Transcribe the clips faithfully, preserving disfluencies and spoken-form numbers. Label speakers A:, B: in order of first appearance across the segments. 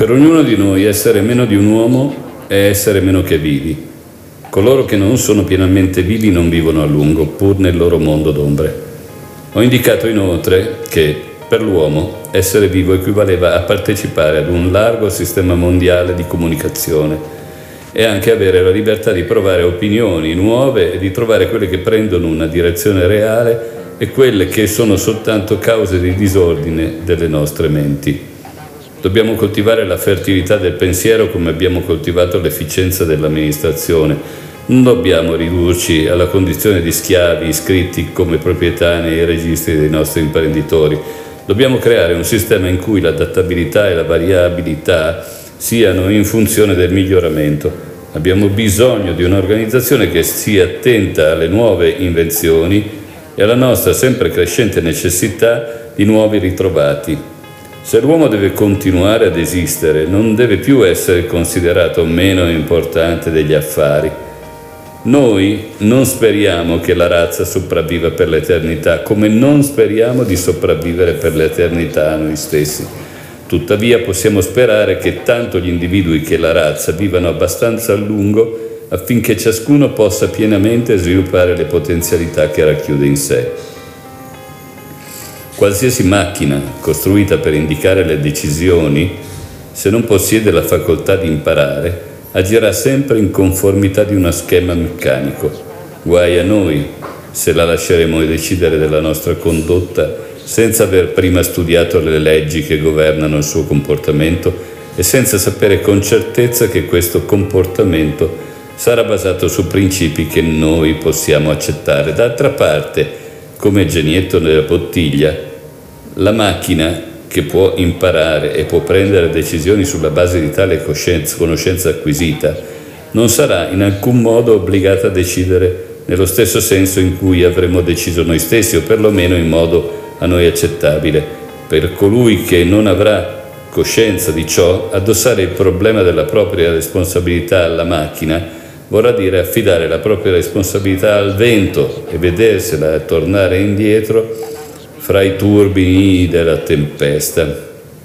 A: Per ognuno di noi essere meno di un uomo è essere meno che vivi. Coloro che non sono pienamente vivi non vivono a lungo, pur nel loro mondo d'ombre. Ho indicato inoltre che, per l'uomo, essere vivo equivaleva a partecipare ad un largo sistema mondiale di comunicazione e anche avere la libertà di provare opinioni nuove e di trovare quelle che prendono una direzione reale e quelle che sono soltanto cause di disordine delle nostre menti. Dobbiamo coltivare la fertilità del pensiero come abbiamo coltivato l'efficienza dell'amministrazione. Non dobbiamo ridurci alla condizione di schiavi iscritti come proprietà nei registri dei nostri imprenditori. Dobbiamo creare un sistema in cui l'adattabilità e la variabilità siano in funzione del miglioramento. Abbiamo bisogno di un'organizzazione che sia attenta alle nuove invenzioni e alla nostra sempre crescente necessità di nuovi ritrovati. Se l'uomo deve continuare ad esistere, non deve più essere considerato meno importante degli affari. Noi non speriamo che la razza sopravviva per l'eternità, come non speriamo di sopravvivere per l'eternità a noi stessi. Tuttavia possiamo sperare che tanto gli individui che la razza vivano abbastanza a lungo affinché ciascuno possa pienamente sviluppare le potenzialità che racchiude in sé. Qualsiasi macchina costruita per indicare le decisioni, se non possiede la facoltà di imparare, agirà sempre in conformità di uno schema meccanico. Guai a noi se la lasceremo decidere della nostra condotta senza aver prima studiato le leggi che governano il suo comportamento e senza sapere con certezza che questo comportamento sarà basato su principi che noi possiamo accettare. D'altra parte, come genietto nella bottiglia, la macchina che può imparare e può prendere decisioni sulla base di tale conoscenza acquisita, non sarà in alcun modo obbligata a decidere nello stesso senso in cui avremmo deciso noi stessi, o perlomeno in modo a noi accettabile. Per colui che non avrà coscienza di ciò, addossare il problema della propria responsabilità alla macchina vorrà dire affidare la propria responsabilità al vento e vedersela tornare indietro fra i turbini della tempesta.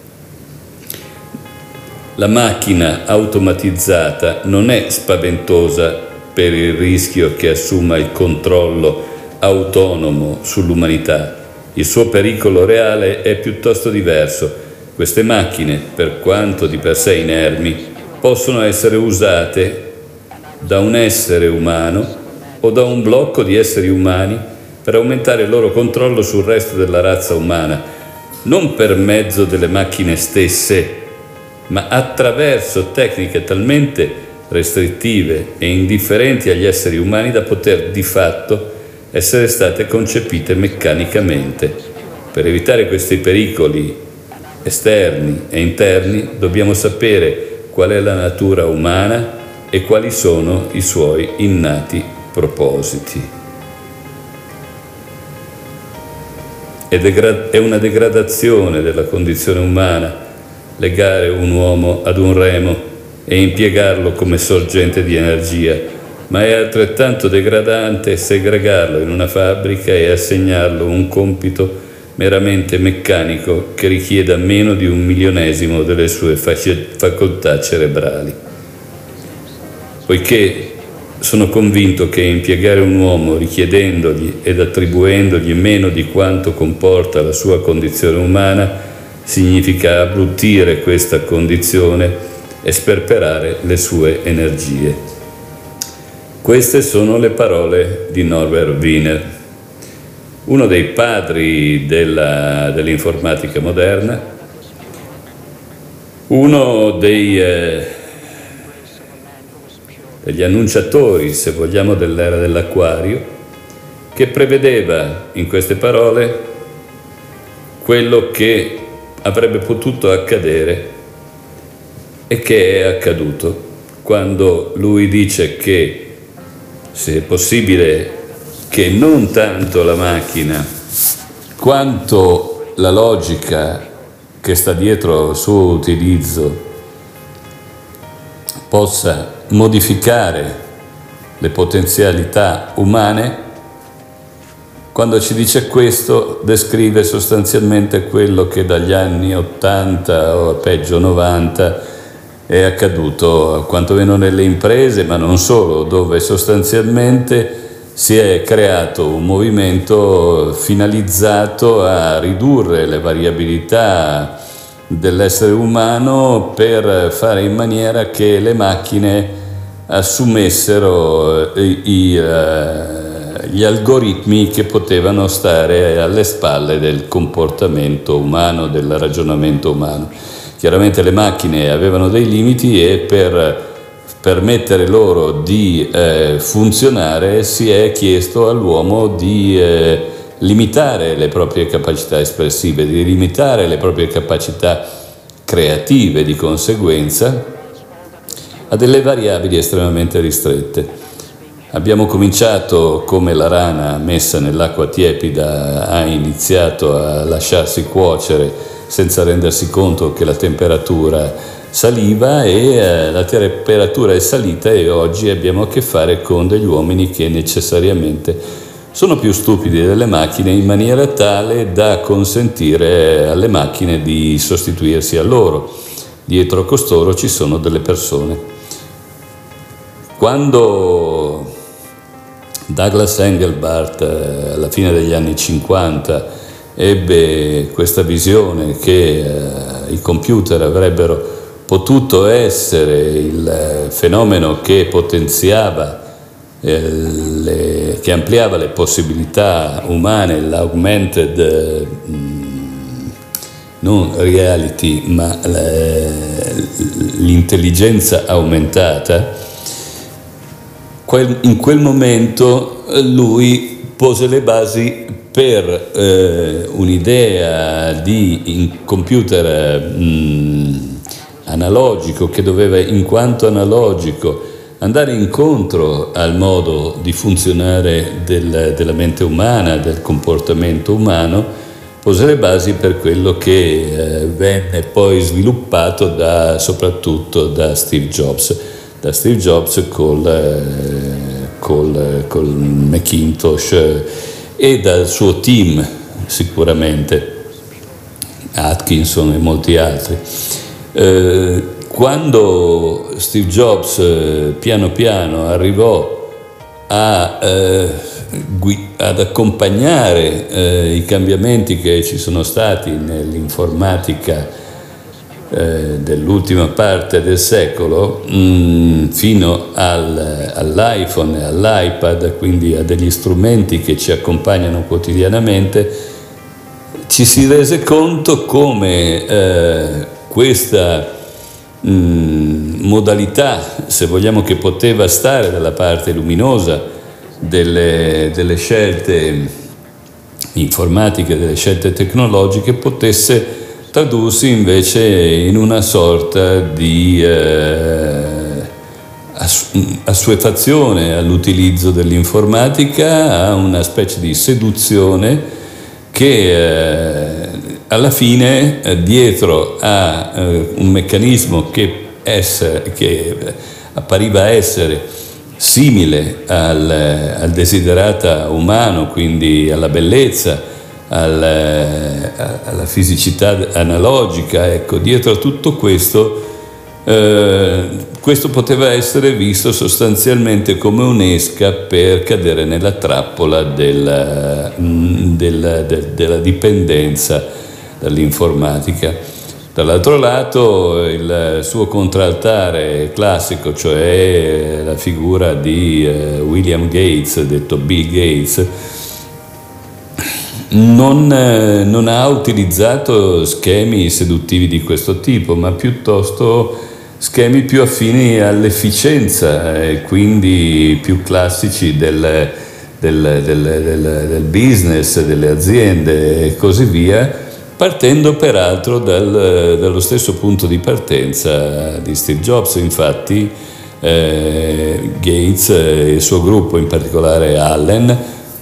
A: La macchina automatizzata non è spaventosa per il rischio che assuma il controllo autonomo sull'umanità. Il suo pericolo reale è piuttosto diverso. Queste macchine, per quanto di per sé inermi, possono essere usate da un essere umano o da un blocco di esseri umani per aumentare il loro controllo sul resto della razza umana, non per mezzo delle macchine stesse, ma attraverso tecniche talmente restrittive e indifferenti agli esseri umani da poter di fatto essere state concepite meccanicamente. Per evitare questi pericoli esterni e interni dobbiamo sapere qual è la natura umana e quali sono i suoi innati propositi. È una degradazione della condizione umana legare un uomo ad un remo e impiegarlo come sorgente di energia, ma è altrettanto degradante segregarlo in una fabbrica e assegnarlo un compito meramente meccanico che richieda meno di un milionesimo delle sue facoltà cerebrali. Poiché sono convinto che impiegare un uomo richiedendogli ed attribuendogli meno di quanto comporta la sua condizione umana significa abbruttire questa condizione e sperperare le sue energie. Queste sono le parole di Norbert Wiener, uno dei padri della, dell'informatica moderna, uno dei... Eh, degli annunciatori, se vogliamo, dell'era dell'acquario, che prevedeva in queste parole quello che avrebbe potuto accadere e che è accaduto, quando lui dice che, se è possibile, che non tanto la macchina quanto la logica che sta dietro al suo utilizzo possa modificare le potenzialità umane. Quando ci dice questo, descrive sostanzialmente quello che dagli anni ottanta o peggio novanta è accaduto quantomeno nelle imprese, ma non solo, dove sostanzialmente si è creato un movimento finalizzato a ridurre le variabilità dell'essere umano per fare in maniera che le macchine assumessero i, i, uh, gli algoritmi che potevano stare alle spalle del comportamento umano, del ragionamento umano. Chiaramente le macchine avevano dei limiti e per permettere loro di eh, funzionare si è chiesto all'uomo di eh, limitare le proprie capacità espressive, di limitare le proprie capacità creative, di conseguenza a delle variabili estremamente ristrette. Abbiamo cominciato come la rana messa nell'acqua tiepida ha iniziato a lasciarsi cuocere senza rendersi conto che la temperatura saliva, e eh, la temperatura è salita, e oggi abbiamo a che fare con degli uomini che necessariamente sono più stupidi delle macchine, in maniera tale da consentire alle macchine di sostituirsi a loro. Dietro costoro ci sono delle persone. Quando Douglas Engelbart eh, alla fine degli anni cinquanta ebbe questa visione che eh, i computer avrebbero potuto essere il fenomeno che potenziava, eh, le, che ampliava le possibilità umane, l'augmented, eh, non reality, ma l'intelligenza aumentata, quel, in quel momento lui pose le basi per eh, un'idea di computer mh, analogico, che doveva, in quanto analogico, andare incontro al modo di funzionare del, della mente umana, del comportamento umano, pose le basi per quello che eh, venne poi sviluppato da, soprattutto da Steve Jobs, da Steve Jobs col, eh, col, col Macintosh eh, e dal suo team, sicuramente, Atkinson e molti altri. Eh, quando Steve Jobs eh, piano piano arrivò a, eh, gui- ad accompagnare eh, i cambiamenti che ci sono stati nell'informatica eh, dell'ultima parte del secolo, mh, fino al, all'iPhone e all'iPad, quindi a degli strumenti che ci accompagnano quotidianamente, ci si rese conto come eh, questa mh, modalità, se vogliamo, che poteva stare dalla parte luminosa delle, delle scelte informatiche, delle scelte tecnologiche, potesse tradursi invece in una sorta di eh, assuefazione all'utilizzo dell'informatica, a una specie di seduzione che eh, alla fine, eh, dietro a eh, un meccanismo che, essere, che appariva essere simile al, al desiderata umano, quindi alla bellezza, al, alla fisicità analogica, ecco, dietro a tutto questo, eh, questo poteva essere visto sostanzialmente come un'esca per cadere nella trappola della, della, de, della dipendenza dall'informatica. Dall'altro lato il suo contraltare classico, cioè la figura di eh, William Gates, detto Bill Gates, non, eh, non ha utilizzato schemi seduttivi di questo tipo, ma piuttosto schemi più affini all'efficienza e quindi più classici del, del, del, del, del business, delle aziende e così via, partendo peraltro dal, dallo stesso punto di partenza di Steve Jobs. Infatti eh, Gates e il suo gruppo, in particolare Allen,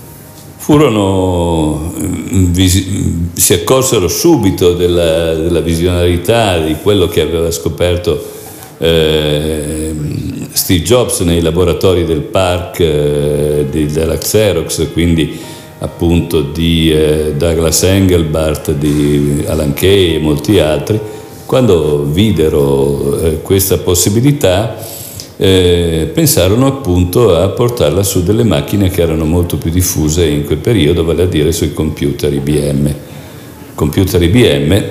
A: furono, si accorsero subito della, della visionarietà di quello che aveva scoperto eh, Steve Jobs nei laboratori del Park eh, di, della Xerox, quindi appunto di eh, Douglas Engelbart, di Alan Kay e molti altri, quando videro eh, questa possibilità, eh, pensarono appunto a portarla su delle macchine che erano molto più diffuse in quel periodo, vale a dire sui computer I B M. Computer I B M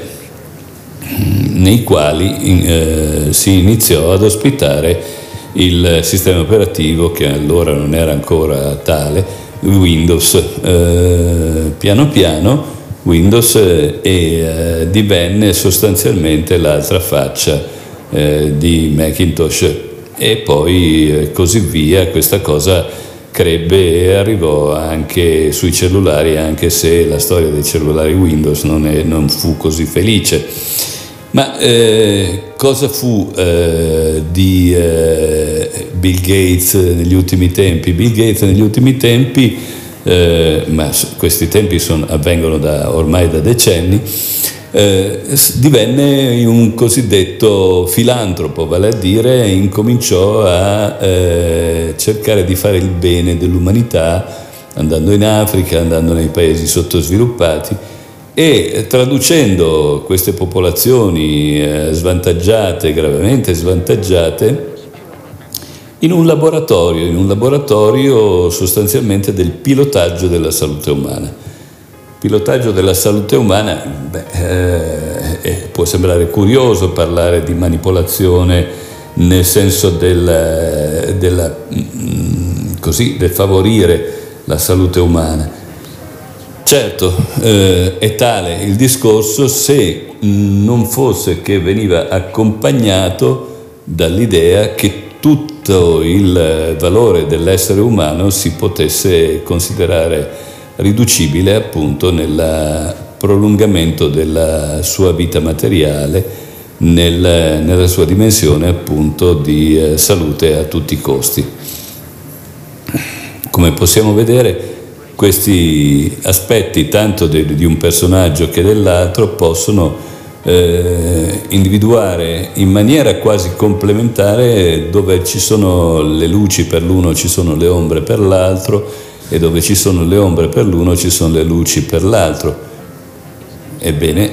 A: nei quali eh, si iniziò ad ospitare il sistema operativo, che allora non era ancora tale, Windows. Eh, piano piano Windows eh, eh, divenne sostanzialmente l'altra faccia eh, di Macintosh, e poi eh, così via. Questa cosa crebbe e arrivò anche sui cellulari, anche se la storia dei cellulari Windows non, è, non fu così felice. Ma eh, cosa fu eh, di eh, Bill Gates negli ultimi tempi? Bill Gates negli ultimi tempi, eh, ma questi tempi sono, avvengono da, ormai da decenni, eh, divenne un cosiddetto filantropo, vale a dire incominciò a eh, cercare di fare il bene dell'umanità, andando in Africa, andando nei paesi sottosviluppati, e traducendo queste popolazioni eh, svantaggiate, gravemente svantaggiate, in un laboratorio, in un laboratorio sostanzialmente del pilotaggio della salute umana. Pilotaggio della salute umana, beh, eh, può sembrare curioso parlare di manipolazione nel senso del, della, così, del favorire la salute umana. Certo, eh, è tale il discorso se non fosse che veniva accompagnato dall'idea che tutto il valore dell'essere umano si potesse considerare riducibile appunto nel prolungamento della sua vita materiale, nel, nella sua dimensione appunto di eh, salute a tutti i costi. Come possiamo vedere, questi aspetti, tanto de, di un personaggio che dell'altro, possono eh, individuare in maniera quasi complementare: dove ci sono le luci per l'uno ci sono le ombre per l'altro, e dove ci sono le ombre per l'uno ci sono le luci per l'altro. Ebbene,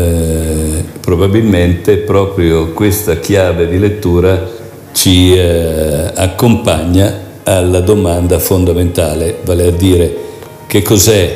A: eh, probabilmente proprio questa chiave di lettura ci eh, accompagna alla domanda fondamentale, vale a dire: che cos'è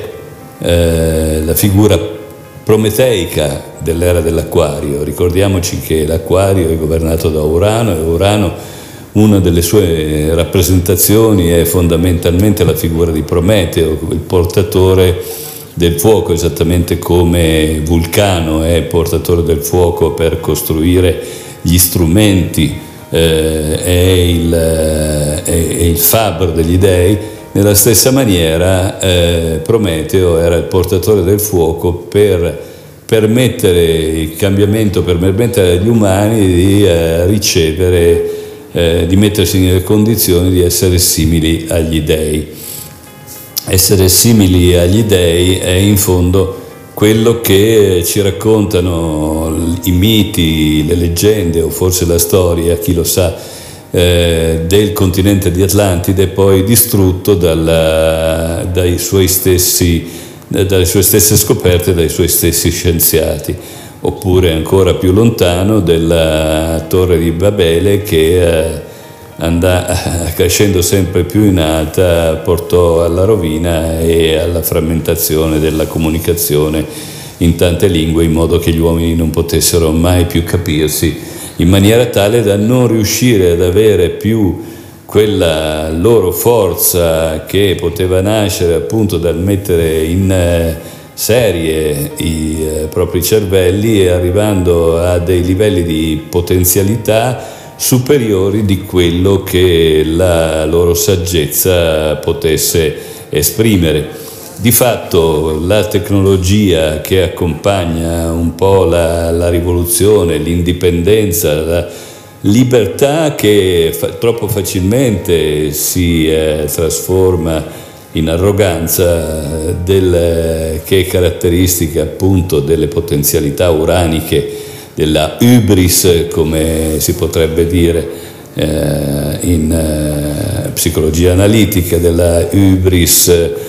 A: eh, la figura prometeica dell'era dell'Acquario? Ricordiamoci che l'Acquario è governato da Urano, e Urano, una delle sue rappresentazioni è fondamentalmente la figura di Prometeo, il portatore del fuoco, esattamente come Vulcano è portatore del fuoco per costruire gli strumenti, eh, è, il, è, è il fabbro degli dei. Nella stessa maniera eh, Prometeo era il portatore del fuoco per permettere il cambiamento, per permettere agli umani di eh, ricevere, eh, di mettersi nelle condizioni di essere simili agli dei. Essere simili agli dei è in fondo quello che ci raccontano i miti, le leggende, o forse la storia, chi lo sa, del continente di Atlantide, poi distrutto dalla, dai suoi stessi, dalle sue stesse scoperte, dai suoi stessi scienziati. Oppure ancora più lontano della Torre di Babele, che eh, andà, crescendo sempre più in alta, portò alla rovina e alla frammentazione della comunicazione in tante lingue, in modo che gli uomini non potessero mai più capirsi, in maniera tale da non riuscire ad avere più quella loro forza che poteva nascere appunto dal mettere in serie i propri cervelli, e arrivando a dei livelli di potenzialità superiori di quello che la loro saggezza potesse esprimere. Di fatto la tecnologia che accompagna un po' la, la rivoluzione, l'indipendenza, la libertà che fa, troppo facilmente si eh, trasforma in arroganza, del, che è caratteristica appunto delle potenzialità uraniche, della hubris, come si potrebbe dire eh, in eh, psicologia analitica, della hubris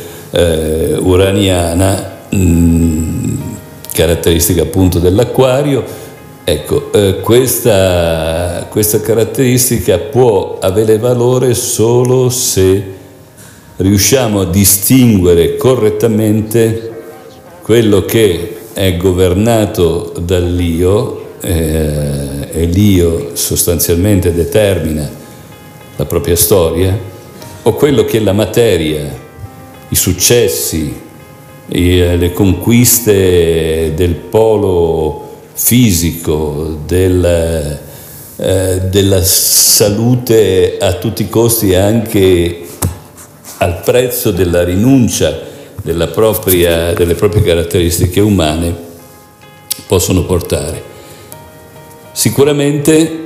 A: eh, uraniana, mh, caratteristica appunto dell'Acquario, Ecco, eh, questa, questa caratteristica può avere valore solo se riusciamo a distinguere correttamente quello che è governato dall'io, eh, e l'io sostanzialmente determina la propria storia, o quello che la materia, i successi, i, le conquiste del polo fisico, del, eh, della salute a tutti i costi, anche al prezzo della rinuncia della propria, delle proprie caratteristiche umane, possono portare. Sicuramente,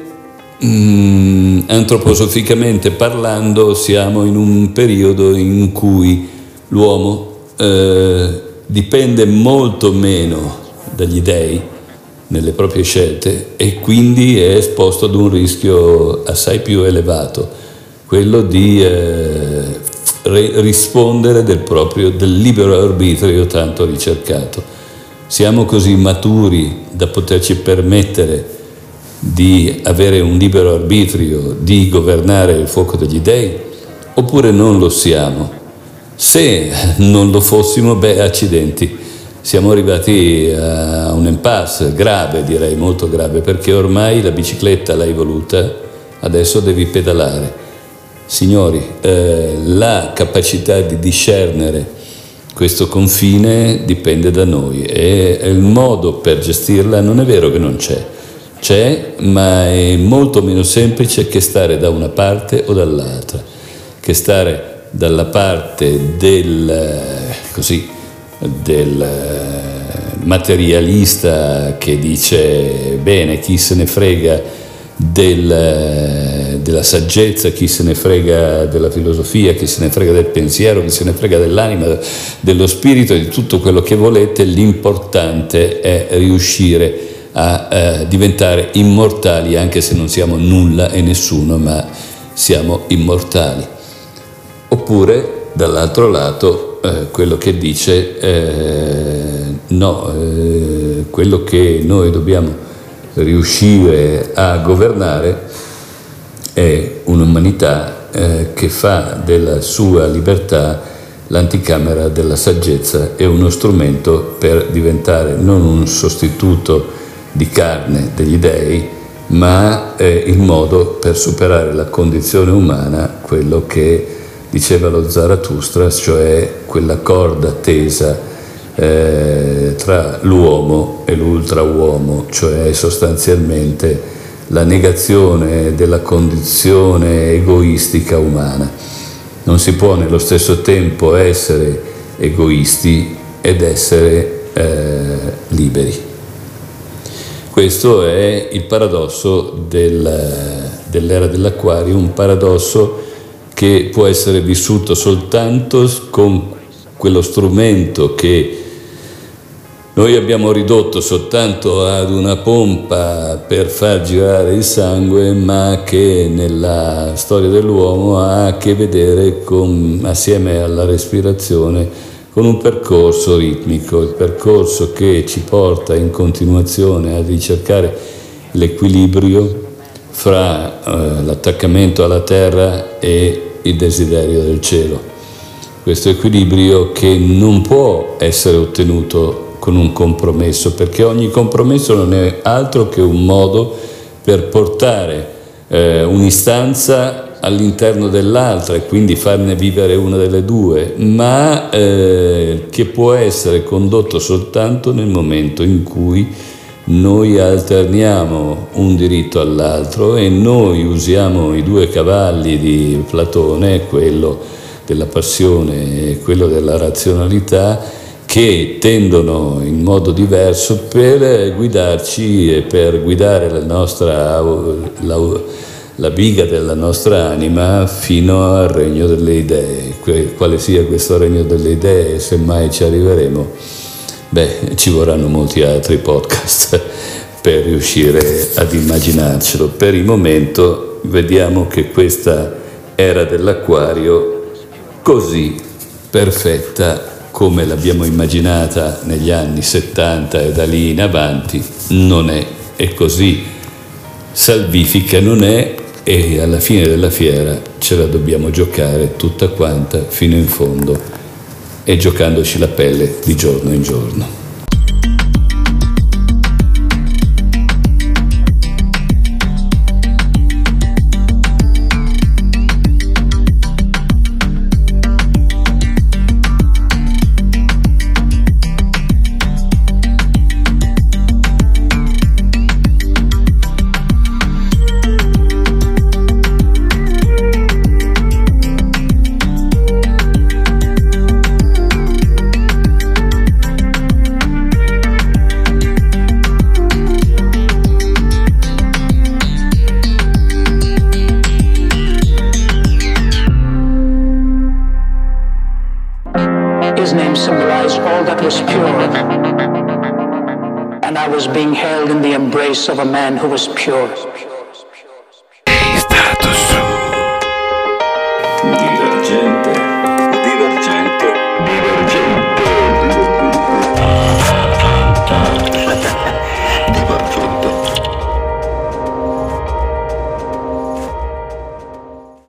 A: mh, antroposoficamente parlando, siamo in un periodo in cui l'uomo eh, dipende molto meno dagli dei nelle proprie scelte e quindi è esposto ad un rischio assai più elevato, quello di eh, re- rispondere del proprio del libero arbitrio tanto ricercato. Siamo così maturi da poterci permettere di avere un libero arbitrio, di governare il fuoco degli dei, oppure non lo siamo? Se non lo fossimo, beh, accidenti. Siamo arrivati a un impasse grave, direi molto grave, perché ormai la bicicletta l'hai voluta, adesso devi pedalare. Signori, eh, la capacità di discernere questo confine dipende da noi e il modo per gestirla non è vero che non c'è, c'è, ma è molto meno semplice che stare da una parte o dall'altra, che stare dalla parte del, così, del materialista che dice bene, chi se ne frega del, della saggezza, chi se ne frega della filosofia, chi se ne frega del pensiero, chi se ne frega dell'anima, dello spirito, di tutto quello che volete, l'importante è riuscire a eh, diventare immortali, anche se non siamo nulla e nessuno, ma siamo immortali. Oppure dall'altro lato Eh, quello che dice eh, no, eh, quello che noi dobbiamo riuscire a governare è un'umanità eh, che fa della sua libertà l'anticamera della saggezza e uno strumento per diventare non un sostituto di carne degli dei, ma eh, il modo per superare la condizione umana, quello che diceva lo Zarathustra, cioè quella corda tesa eh, tra l'uomo e l'ultrauomo, cioè sostanzialmente la negazione della condizione egoistica umana. Non si può nello stesso tempo essere egoisti ed essere eh, liberi. Questo è il paradosso del, dell'era dell'Acquario, un paradosso che può essere vissuto soltanto con quello strumento che noi abbiamo ridotto soltanto ad una pompa per far girare il sangue, ma che nella storia dell'uomo ha a che vedere con, assieme alla respirazione, con un percorso ritmico, il percorso che ci porta in continuazione a ricercare l'equilibrio fra eh, l'attaccamento alla terra e il desiderio del cielo. Questo equilibrio che non può essere ottenuto con un compromesso, perché ogni compromesso non è altro che un modo per portare eh, un'istanza all'interno dell'altra e quindi farne vivere una delle due, ma eh, che può essere condotto soltanto nel momento in cui noi alterniamo un diritto all'altro e noi usiamo i due cavalli di Platone, quello della passione e quello della razionalità, che tendono in modo diverso per guidarci e per guidare la nostra la, la biga della nostra anima fino al regno delle idee. Quale sia questo regno delle idee, se mai ci arriveremo, beh, ci vorranno molti altri podcast per riuscire ad immaginarcelo. Per il momento vediamo che questa era dell'Acquario, così perfetta come l'abbiamo immaginata negli anni settanta e da lì in avanti, non è e così salvifica non è, e alla fine della fiera ce la dobbiamo giocare tutta quanta fino in fondo e giocandoci la pelle di giorno in giorno.
B: His name symbolized all that was pure, and I was being held in the embrace of a man who was pure.